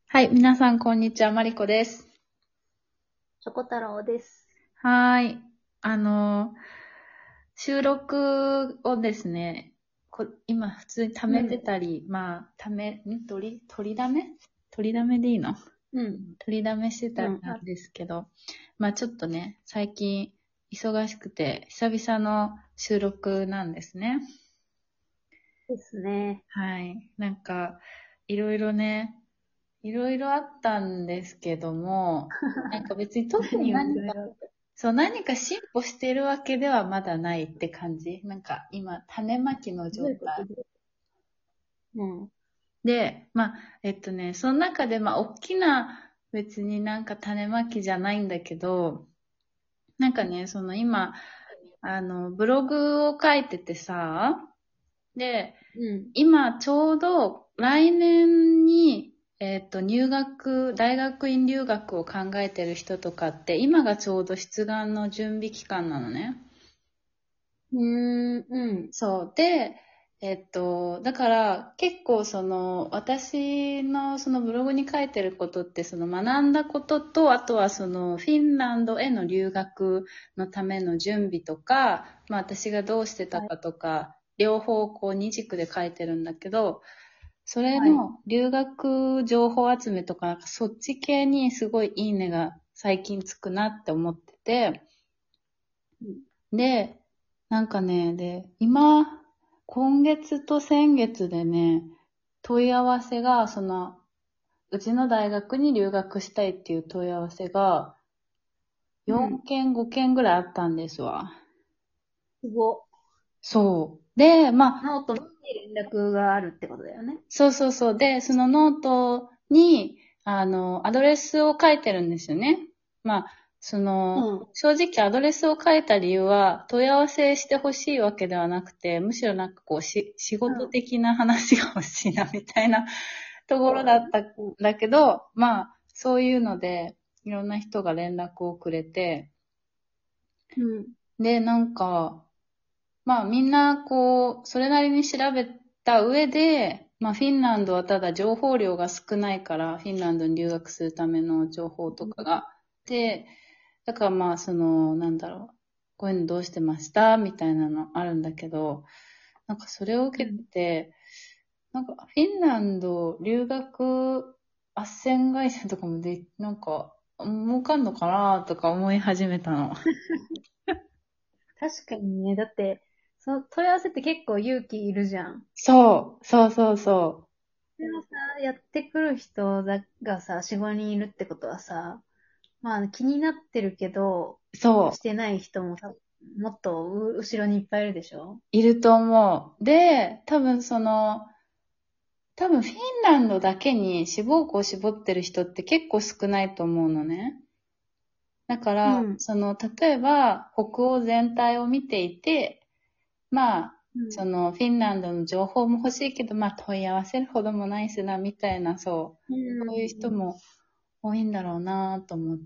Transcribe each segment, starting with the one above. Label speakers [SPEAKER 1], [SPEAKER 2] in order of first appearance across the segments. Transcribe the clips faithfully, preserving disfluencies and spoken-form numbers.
[SPEAKER 1] はい、皆さんこんにちは、マリコです。
[SPEAKER 2] チョコ太郎です。
[SPEAKER 1] はーい。あの、収録をですね、こ今普通に貯めて
[SPEAKER 2] うん。
[SPEAKER 1] たり、まあ、貯め、ん取り、取りだめ取りだめでいいの
[SPEAKER 2] うん。
[SPEAKER 1] 取りだめしてた
[SPEAKER 2] うん。あ、
[SPEAKER 1] んですけど、まあちょっとね、最近忙しくて、久々の収録なんですね。
[SPEAKER 2] ですね。
[SPEAKER 1] はい。なんか、いろいろね、いろいろあったんですけども、なんか別に特に
[SPEAKER 2] 何をい
[SPEAKER 1] 何か
[SPEAKER 2] ろいろ。
[SPEAKER 1] そう、何か進歩してるわけではまだないって感じ。なんか今、種まきの
[SPEAKER 2] どういうこ
[SPEAKER 1] 状態。
[SPEAKER 2] とで。うん。
[SPEAKER 1] で、まあ、えっとね、その中で、まあ、大きな別になんか種まきじゃないんだけど、なんかね、その今、あの、ブログを書いててさ、で、
[SPEAKER 2] うん。
[SPEAKER 1] 今ちょうど来年に、えっと、入学、大学院留学を考えてる人とかって、今がちょうど出願の準備期間なのね。
[SPEAKER 2] うーん。うん。
[SPEAKER 1] そう。で、えっと、だから結構その私のそのブログに書いてることってその学んだことと、あとはそのフィンランドへの留学のための準備とか、まあ私がどうしてた
[SPEAKER 2] はい。
[SPEAKER 1] かとか、両方こう二軸で書いてるんだけど、それ
[SPEAKER 2] はい。
[SPEAKER 1] の留学情報集めとか、なんかそっち系にすごいいいねが最近つくなって思ってて、
[SPEAKER 2] うん。
[SPEAKER 1] で、なんかね、で、今、今月と先月でね、問い合わせが、その、うちの大学に留学したいっていう問い合わせが、
[SPEAKER 2] うん。
[SPEAKER 1] よんけん、ごけんぐらいあったんですわ。
[SPEAKER 2] すご。
[SPEAKER 1] そう。で、まあ、
[SPEAKER 2] ノートに連絡があるってことだよね。
[SPEAKER 1] そうそうそう。で、そのノートに、あの、アドレスを書いてるんですよね。まあ、その、
[SPEAKER 2] うん。
[SPEAKER 1] 正直アドレスを書いた理由は、問い合わせしてほしいわけではなくて、むしろなんかこう、し、仕事
[SPEAKER 2] うん。
[SPEAKER 1] 的な話が欲しいな、みたいなところ
[SPEAKER 2] そうだよね。
[SPEAKER 1] だったん
[SPEAKER 2] うん。
[SPEAKER 1] だけど、まあ、そういうので、いろんな人が連絡をくれて、
[SPEAKER 2] うん。
[SPEAKER 1] で、なんか、まあみんなこう、それなりに調べた上で、まあフィンランドはただ情報量が少ないから、フィンランドに留学するための情報とかが。で、だからまあその、なんだろう、こういうのどうしてましたみたいなのあるんだけど、なんかそれを受け
[SPEAKER 2] うん。
[SPEAKER 1] て、なんかフィンランド留学斡旋会社とかもで、なんか、儲かんのかなとか思い始めたの。
[SPEAKER 2] 確かにね。だって、その問い合わせって結構勇気いるじゃん。
[SPEAKER 1] そう、そうそうそ
[SPEAKER 2] でもさ、やってくる人だがさ、よん、ごにんいるってことはさ、まあ気になってるけど、
[SPEAKER 1] う、そう。
[SPEAKER 2] してない人もさ、もっとう後ろにいっぱいいるでしょ。
[SPEAKER 1] いると思う。で、多分その、多分フィンランドだけに志望校を絞ってる人って結構少ないと思うのね。だから、
[SPEAKER 2] うん。
[SPEAKER 1] その、例えば北欧全体を見ていて、まあ、
[SPEAKER 2] うん。
[SPEAKER 1] そのフィンランドの情報も欲しいけど、まあ問い合わせるほどもないしな、みたいな、そう、
[SPEAKER 2] う
[SPEAKER 1] そういう人
[SPEAKER 2] ん。
[SPEAKER 1] も多いんだろうなと思って、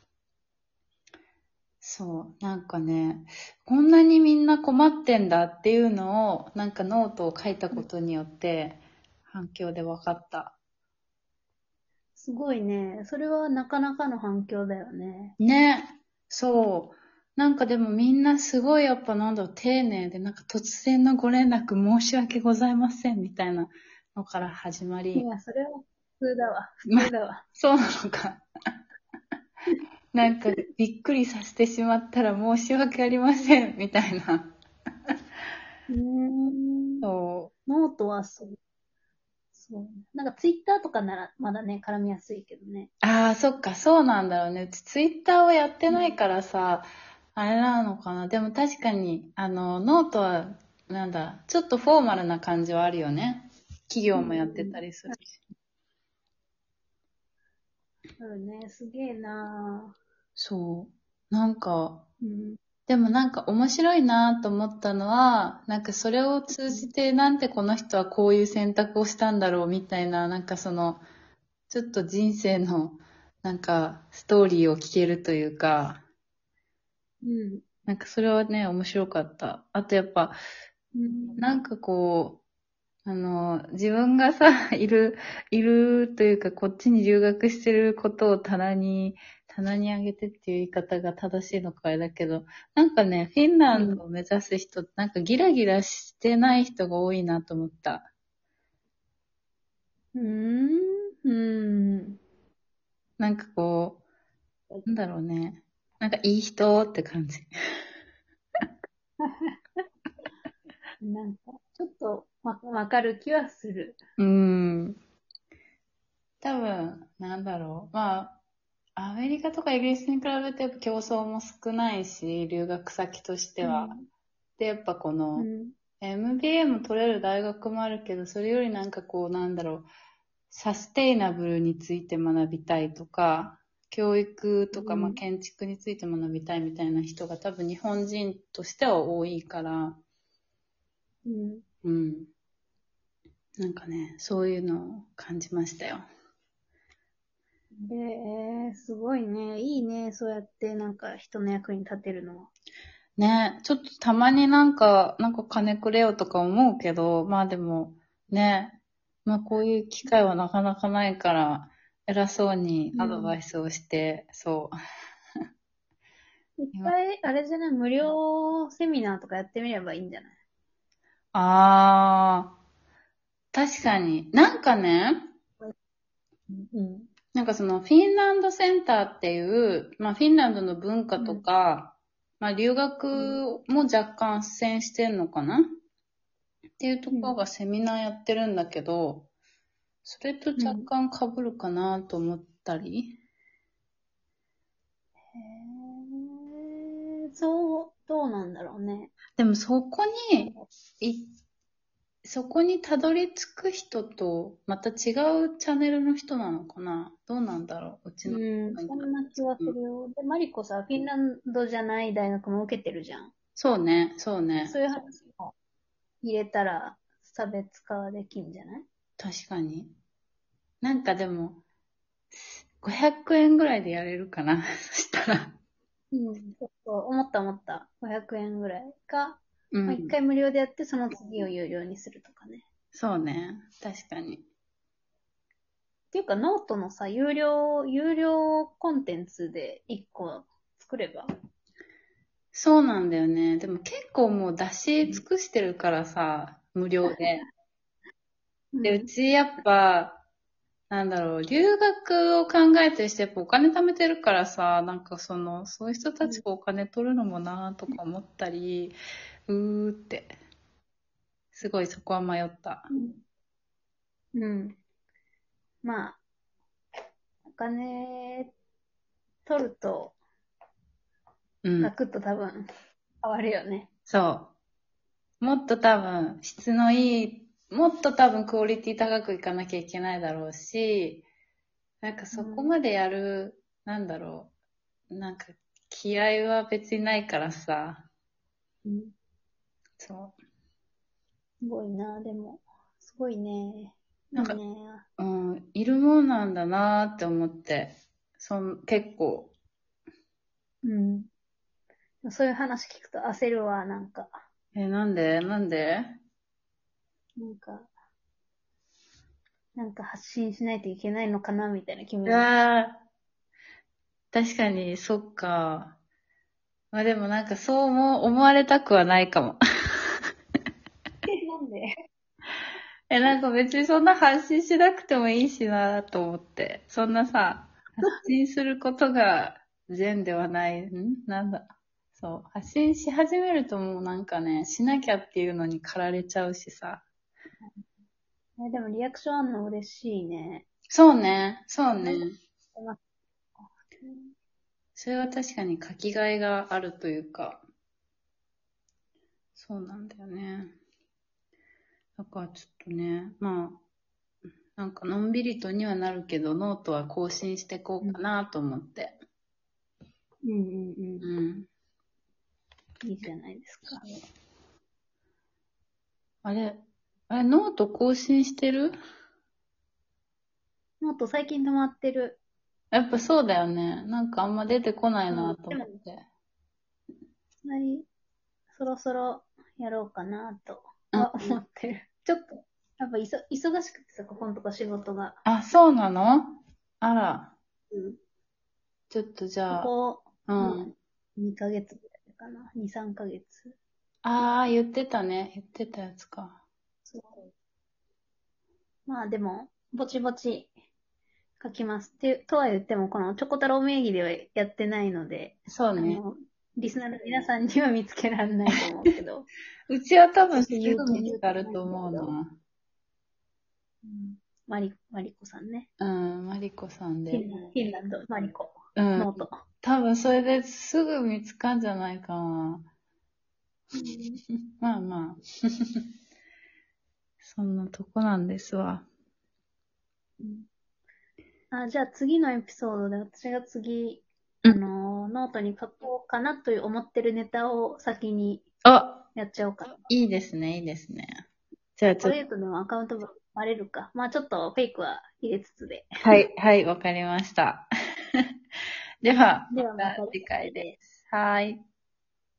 [SPEAKER 1] そう、なんかね、こんなにみんな困ってんだっていうのを、なんかノートを書いたことによって、反響で分かった。
[SPEAKER 2] すごいね。それはなかなかの反響だよね。
[SPEAKER 1] ね。そう。なんかでもみんなすごいやっぱなんだろう、丁寧で、なんか突然のご連絡申し訳ございませんみたいなのから始まり、
[SPEAKER 2] いや、それは普通だわ。普
[SPEAKER 1] まあ、
[SPEAKER 2] 通だわ。
[SPEAKER 1] そうなのか。なんかびっくりさせてしまったら申し訳ありませんみたいな。
[SPEAKER 2] うーん。
[SPEAKER 1] そ
[SPEAKER 2] ノートはそう。そう。なんかツイッターとかならまだね、絡みやすいけどね。
[SPEAKER 1] う。ああ、そっか、そうなんだろうね。うちツイッターをやって
[SPEAKER 2] うん。
[SPEAKER 1] ないからさ、あれなのかな。でも確かに、あの、ノートは、なんだ、ちょっとフォーマルな感じはあるよね。企業もやって
[SPEAKER 2] うん。
[SPEAKER 1] たりするし。
[SPEAKER 2] そうね。すげえな
[SPEAKER 1] そう。なんか、
[SPEAKER 2] ぁ。うん。
[SPEAKER 1] でもなんか面白いなと思ったのは、なんかそれを通じてなんでこの人はこういう選択をしたんだろうみたいな、なんかその、ちょっと人生のなんかストーリーを聞けるというか、
[SPEAKER 2] うん。
[SPEAKER 1] なんかそれはね、面白かった。あとやっぱ、
[SPEAKER 2] うん。
[SPEAKER 1] なんかこう、 あの、自分がさ、いる、いるというか、こっちに留学してることを棚に、棚にあげてっていう言い方が正しいのかあれだけど、なんかね、フィンランドを目指す人って、なんかギラギラしてない人が多いなと思った。
[SPEAKER 2] うーん。うーん。
[SPEAKER 1] なんかこう、なんだろうね。なんかいい人って感じ。
[SPEAKER 2] なんか、ちょっとわ、わかる気はする。
[SPEAKER 1] うーん。多分、なんだろう。まあ、アメリカとかイギリスに比べてやっぱ競争も少ないし、留学先としては。
[SPEAKER 2] うん。
[SPEAKER 1] で、やっぱこの、
[SPEAKER 2] うん。
[SPEAKER 1] エムビーエー も取れる大学もあるけど、それよりなんかこう、なんだろう、サステイナブルについて学びたいとか、教育とか、まあ、
[SPEAKER 2] うん。
[SPEAKER 1] 建築について学びたいみたいな人が多分日本人としては多いから、
[SPEAKER 2] うん。
[SPEAKER 1] うん。なんかね、そういうのを感じましたよ。
[SPEAKER 2] ええ、すごいね。いいね。そうやってなんか人の役に立てるのは。
[SPEAKER 1] ね、ちょっとたまになんか、なんか金くれよとか思うけど、まあでも、ね、まあこういう機会はなかなかないから、偉そうにアドバ
[SPEAKER 2] うん。
[SPEAKER 1] イスをして、そう。
[SPEAKER 2] 一
[SPEAKER 1] 今
[SPEAKER 2] 回、あれじゃない、無料セミナーとかやってみればいいんじゃない？
[SPEAKER 1] あー、確かに。なんかね、
[SPEAKER 2] うん。
[SPEAKER 1] なんかそのフィンランドセンターっていう、まあフィンランドの文化と
[SPEAKER 2] うん。
[SPEAKER 1] か、まあ留
[SPEAKER 2] うん。
[SPEAKER 1] 学も若干斡旋してんのかなっていうと
[SPEAKER 2] うん。
[SPEAKER 1] ころがセミナーやってるんだけど、それと若
[SPEAKER 2] うん。
[SPEAKER 1] 干被るかなと思ったり。
[SPEAKER 2] へえ、そう、どうなんだろうね。
[SPEAKER 1] でもそこに、
[SPEAKER 2] なんか、
[SPEAKER 1] い、そこにたどり着く人と、また違うチャンネルの人なのかなどうなんだろううちの。
[SPEAKER 2] うん、そんな気はするよ。で、マリコさ、フィンランドじゃない大学も受けてるじゃん。
[SPEAKER 1] そうね、そうね。
[SPEAKER 2] そういう話も入れたら差別化はできんじゃない？
[SPEAKER 1] 確かに。なんかでも、ごひゃくえんぐらいでやれるかなそしたら。
[SPEAKER 2] うん、そうそう、思った思った。ごひゃくえんぐらいか、まあ、一
[SPEAKER 1] うん。
[SPEAKER 2] 回無料でやって、その次を有料にするとかね。
[SPEAKER 1] そうね。確かに。
[SPEAKER 2] っていうか、ノートのさ、有料、有料コンテンツで一個作れば。
[SPEAKER 1] そうなんだよね。でも結構もう出し尽
[SPEAKER 2] うん。
[SPEAKER 1] くしてるからさ、無料で。で、う
[SPEAKER 2] うん。
[SPEAKER 1] ちやっぱ、なんだろう、留学を考えてる人やっぱお金貯めてるからさ、なんかその、そういう人たちがお金取るのもなとか思ったり、うーって、すごいそこは迷った。
[SPEAKER 2] うん。うん。まあ、お金取ると、
[SPEAKER 1] うん。
[SPEAKER 2] ガクッと多分変わるよね。
[SPEAKER 1] そう。もっと多分、質のいい、もっと多分クオリティ高くいかなきゃいけないだろうし、なんかそこ
[SPEAKER 2] うん。
[SPEAKER 1] までやる、なんだろう、なんか気合は別にないからさ、
[SPEAKER 2] うん。
[SPEAKER 1] そう。
[SPEAKER 2] すごいな、でも。すごいね。
[SPEAKER 1] なんか、
[SPEAKER 2] いいね。
[SPEAKER 1] うん、いるもんなんだなーって思って、そん、結構、
[SPEAKER 2] うん。そういう話聞くと焦るわ、なんか。
[SPEAKER 1] え、なんでなんで
[SPEAKER 2] なんか、なんか発信しないといけないのかな、みたいな気
[SPEAKER 1] う
[SPEAKER 2] 分になっちゃ
[SPEAKER 1] わー、確かに、そっか。まあでもなんかそうも思われたくはないかも。
[SPEAKER 2] う。え、なんで？
[SPEAKER 1] え、なんか別にそんな発信しなくてもいいしなと思って。そんなさ、発信することが善ではない。んなんだ。そう。発信し始めるともうなんかね、しなきゃっていうのに駆られちゃうしさ。
[SPEAKER 2] え、でもリアクションあんの嬉しいね。
[SPEAKER 1] そうね。そうね。
[SPEAKER 2] ありがとうございます。
[SPEAKER 1] それは確かに書きがいがあるというか、そうなんだよね。だからちょっとね、まあ、なんかのんびりとにはなるけど、ノートは更新していこうかなと思って。
[SPEAKER 2] うんうんう
[SPEAKER 1] うん。
[SPEAKER 2] ん。いいじゃないですか。
[SPEAKER 1] あれ、あれ、ノート更新してる
[SPEAKER 2] ノート最近止まってる。
[SPEAKER 1] やっぱそうだよね。なんかあんま出てこない
[SPEAKER 2] うん。
[SPEAKER 1] なと
[SPEAKER 2] でも、
[SPEAKER 1] 思って。
[SPEAKER 2] はい、そろそろやろうかなと
[SPEAKER 1] うん
[SPEAKER 2] は思ってる。ちょっとやっぱいそ忙しくてさ、ここのとこ仕事が。
[SPEAKER 1] あ、そうなの？あら、
[SPEAKER 2] うん。
[SPEAKER 1] ちょっとじゃあ、
[SPEAKER 2] ここ、
[SPEAKER 1] う
[SPEAKER 2] まあ、
[SPEAKER 1] ん。
[SPEAKER 2] にかげつぐらいかな。に、さんかげつ。
[SPEAKER 1] ああ、言ってたね。言ってたやつか。
[SPEAKER 2] そう。まあでも、ぼちぼち書きます。って、とは言っても、このチョコ太郎名義ではやってないので、
[SPEAKER 1] そうね。
[SPEAKER 2] あの、リスナーの皆さんには見つけられないと思うけど、
[SPEAKER 1] うちは多
[SPEAKER 2] そ
[SPEAKER 1] 分す
[SPEAKER 2] して言うと、
[SPEAKER 1] ぐ見つ
[SPEAKER 2] 言うとないん
[SPEAKER 1] かると思う
[SPEAKER 2] だけど、
[SPEAKER 1] な。
[SPEAKER 2] うん、マリ、マリコさんね。
[SPEAKER 1] うん、マリコさんで。
[SPEAKER 2] フィンランド、フィンランド、マリコ、
[SPEAKER 1] うん。
[SPEAKER 2] ノート。
[SPEAKER 1] 多分それですぐ見つかんじゃないかな。
[SPEAKER 2] うん、
[SPEAKER 1] まあまあ。そんなとこなんですわ。
[SPEAKER 2] うんあ、じゃあ次のエピソードで私が次、あ
[SPEAKER 1] うん。
[SPEAKER 2] のーノートに書こうかなという思ってるネタを先に
[SPEAKER 1] あ、
[SPEAKER 2] やっちゃおうかな。
[SPEAKER 1] いいですね、いいですね。じゃあちょっと、
[SPEAKER 2] これ言うとでもアカウントバレるか。まあちょっとフェイクは入れつつで。
[SPEAKER 1] はい、はい、わかりました。では、ま
[SPEAKER 2] ではまた
[SPEAKER 1] た次回で
[SPEAKER 2] 次回で。
[SPEAKER 1] す。はい。